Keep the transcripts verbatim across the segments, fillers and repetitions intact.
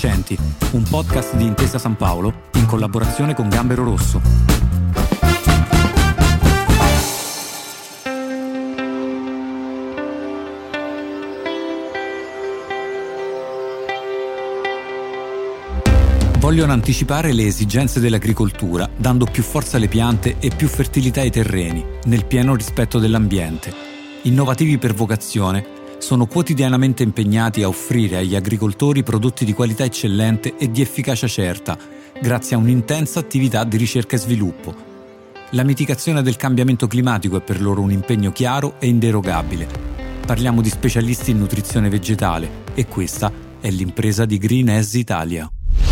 Accenti, un podcast di Intesa San Paolo in collaborazione con Gambero Rosso. Vogliono anticipare le esigenze dell'agricoltura, dando più forza alle piante e più fertilità ai terreni, nel pieno rispetto dell'ambiente. Innovativi per vocazione, sono quotidianamente impegnati a offrire agli agricoltori prodotti di qualità eccellente e di efficacia certa, grazie a un'intensa attività di ricerca e sviluppo. La mitigazione del cambiamento climatico è per loro un impegno chiaro e inderogabile. Parliamo di specialisti in nutrizione vegetale e questa è l'impresa di Green-S Italia.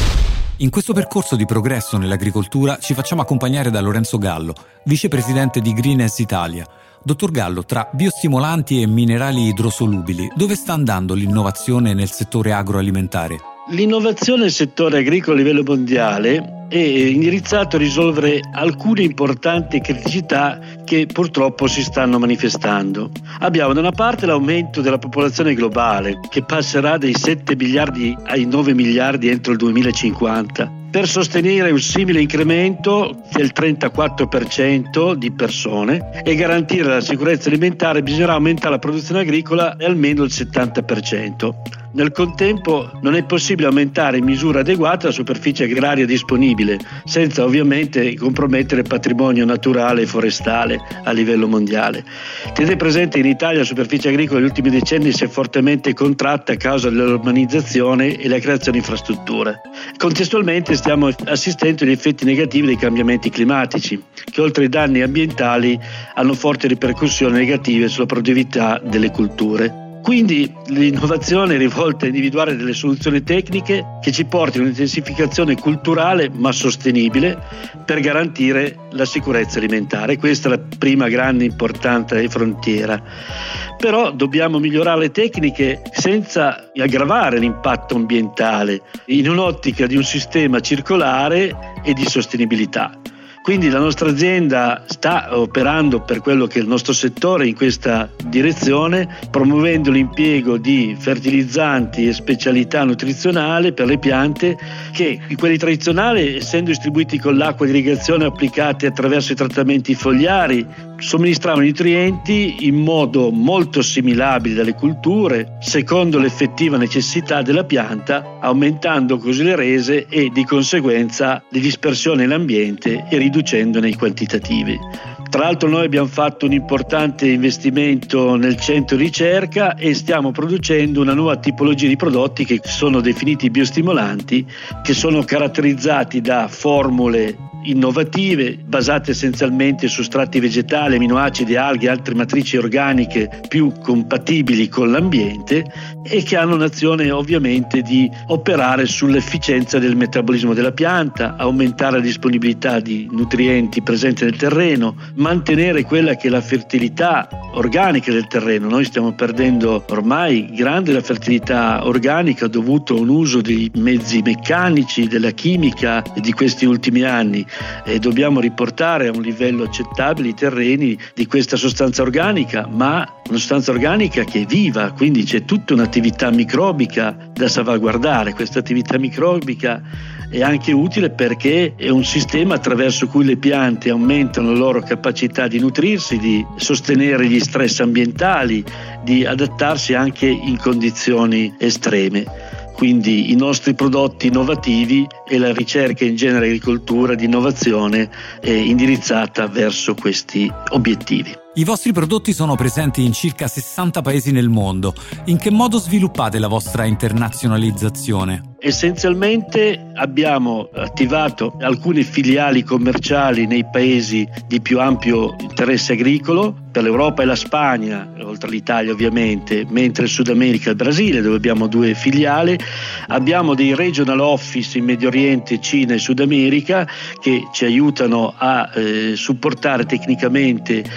In questo percorso di progresso nell'agricoltura ci facciamo accompagnare da Lorenzo Gallo, vicepresidente di Green-S Italia. Dottor Gallo, tra biostimolanti e minerali idrosolubili, dove sta andando l'innovazione nel settore agroalimentare? L'innovazione nel settore agricolo a livello mondiale è indirizzato a risolvere alcune importanti criticità che purtroppo si stanno manifestando. Abbiamo da una parte l'aumento della popolazione globale, che passerà dai sette miliardi ai nove miliardi entro il duemilacinquanta. Per sostenere un simile incremento del trentaquattro per cento di persone e garantire la sicurezza alimentare bisognerà aumentare la produzione agricola di almeno il settanta per cento. Nel contempo non è possibile aumentare in misura adeguata la superficie agraria disponibile, senza ovviamente compromettere il patrimonio naturale e forestale a livello mondiale. Tenete presente che in Italia la superficie agricola negli ultimi decenni si è fortemente contratta a causa dell'urbanizzazione e della creazione di infrastrutture. Contestualmente stiamo assistendo agli effetti negativi dei cambiamenti climatici, che oltre ai danni ambientali hanno forti ripercussioni negative sulla produttività delle culture. Quindi l'innovazione è rivolta a individuare delle soluzioni tecniche che ci portino a un'intensificazione culturale ma sostenibile per garantire la sicurezza alimentare. Questa è la prima grande importante frontiera. Però dobbiamo migliorare le tecniche senza aggravare l'impatto ambientale in un'ottica di un sistema circolare e di sostenibilità. Quindi la nostra azienda sta operando per quello che è il nostro settore in questa direzione, promuovendo l'impiego di fertilizzanti e specialità nutrizionali per le piante che, quelli tradizionali, essendo distribuiti con l'acqua di irrigazione applicati attraverso i trattamenti fogliari, somministravano nutrienti in modo molto assimilabile dalle culture, secondo l'effettiva necessità della pianta, aumentando così le rese e di conseguenza le dispersioni nell'ambiente e riducendone i quantitativi. Tra l'altro noi abbiamo fatto un importante investimento nel centro di ricerca e stiamo producendo una nuova tipologia di prodotti che sono definiti biostimolanti, che sono caratterizzati da formule innovative basate essenzialmente su strati vegetali, aminoacidi, alghe e altre matrici organiche più compatibili con l'ambiente e che hanno un'azione ovviamente di operare sull'efficienza del metabolismo della pianta, aumentare la disponibilità di nutrienti presenti nel terreno, mantenere quella che è la fertilità organica del terreno. Noi stiamo perdendo ormai grande la fertilità organica dovuto a un uso di mezzi meccanici, della chimica di questi ultimi anni, e dobbiamo riportare a un livello accettabile i terreni di questa sostanza organica, ma una sostanza organica che è viva, quindi c'è tutta un'attività microbica da salvaguardare. Questa attività microbica è anche utile perché è un sistema attraverso cui le piante aumentano la loro capacità di nutrirsi, di sostenere gli stress ambientali, di adattarsi anche in condizioni estreme. Quindi i nostri prodotti innovativi e la ricerca in genere agricoltura di innovazione è indirizzata verso questi obiettivi. I vostri prodotti sono presenti in circa sessanta paesi nel mondo. In che modo sviluppate la vostra internazionalizzazione? Essenzialmente abbiamo attivato alcune filiali commerciali nei paesi di più ampio interesse agricolo, per l'Europa e la Spagna, oltre all'Italia ovviamente, mentre in Sud America e il Brasile, dove abbiamo due filiali. Abbiamo dei regional office in Medio Oriente, Cina e Sud America che ci aiutano a eh, supportare tecnicamente e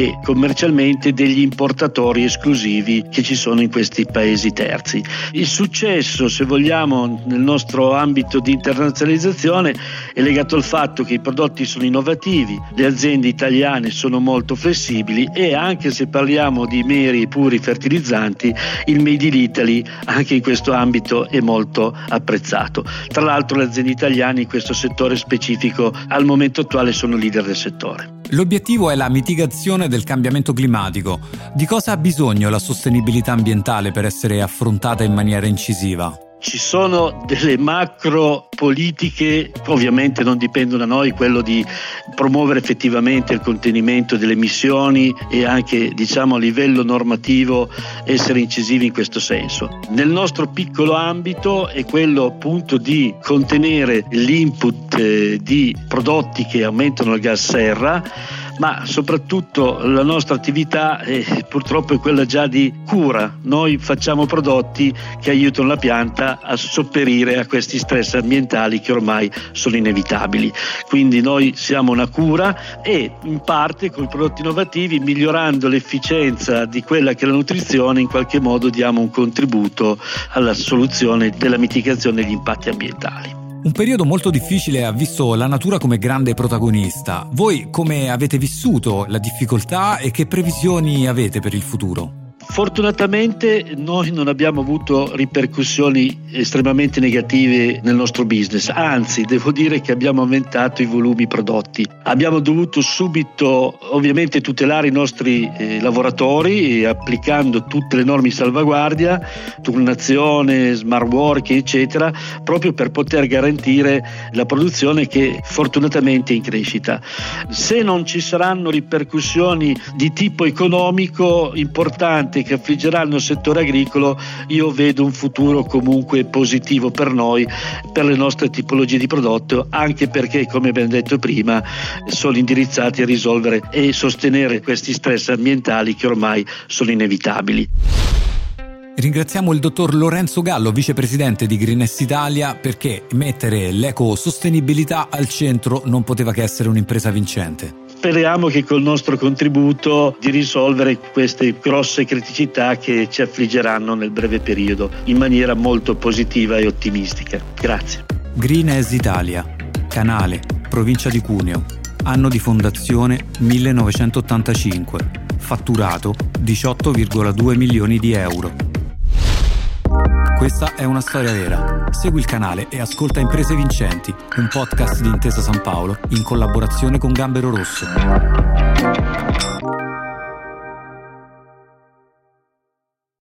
e commercialmente degli importatori esclusivi che ci sono in questi paesi terzi. Il successo, se vogliamo, nel nostro ambito di internazionalizzazione è legato al fatto che i prodotti sono innovativi, le aziende italiane sono molto flessibili e anche se parliamo di meri e puri fertilizzanti, il Made in Italy anche in questo ambito è molto apprezzato. Tra l'altro le aziende italiane in questo settore specifico al momento attuale sono leader del settore. L'obiettivo è la mitigazione del cambiamento climatico. Di cosa ha bisogno la sostenibilità ambientale per essere affrontata in maniera incisiva? Ci sono delle macro politiche, ovviamente non dipendono da noi, quello di promuovere effettivamente il contenimento delle emissioni e anche, diciamo, a livello normativo essere incisivi in questo senso. Nel nostro piccolo ambito è quello appunto di contenere l'input eh, di prodotti che aumentano il gas serra, ma soprattutto la nostra attività è, purtroppo è quella già di cura. Noi facciamo prodotti che aiutano la pianta a sopperire a questi stress ambientali che ormai sono inevitabili. Quindi noi siamo una cura e in parte con i prodotti innovativi, migliorando l'efficienza di quella che è la nutrizione, in qualche modo diamo un contributo alla soluzione della mitigazione degli impatti ambientali. Un periodo molto difficile ha visto la natura come grande protagonista. Voi come avete vissuto la difficoltà e che previsioni avete per il futuro? Fortunatamente noi non abbiamo avuto ripercussioni estremamente negative nel nostro business, anzi devo dire che abbiamo aumentato i volumi prodotti. Abbiamo dovuto subito ovviamente tutelare i nostri eh, lavoratori applicando tutte le norme di salvaguardia, turnazione, smart working eccetera, proprio per poter garantire la produzione che fortunatamente è in crescita. Se non ci saranno ripercussioni di tipo economico importanti che affliggeranno il settore agricolo, io vedo un futuro comunque positivo per noi, per le nostre tipologie di prodotto, anche perché, come abbiamo detto prima, sono indirizzati a risolvere e sostenere questi stress ambientali che ormai sono inevitabili. Ringraziamo il dottor Lorenzo Gallo, vicepresidente di Greeness Italia, perché mettere l'ecosostenibilità al centro non poteva che essere un'impresa vincente. Speriamo che col nostro contributo di risolvere queste grosse criticità che ci affliggeranno nel breve periodo in maniera molto positiva e ottimistica. Grazie. Greeness Italia, canale, provincia di Cuneo, anno di fondazione millenovecentottantacinque, fatturato diciotto virgola due milioni di euro. Questa è una storia vera. Segui il canale e ascolta Imprese Vincenti, un podcast di Intesa San Paolo in collaborazione con Gambero Rosso.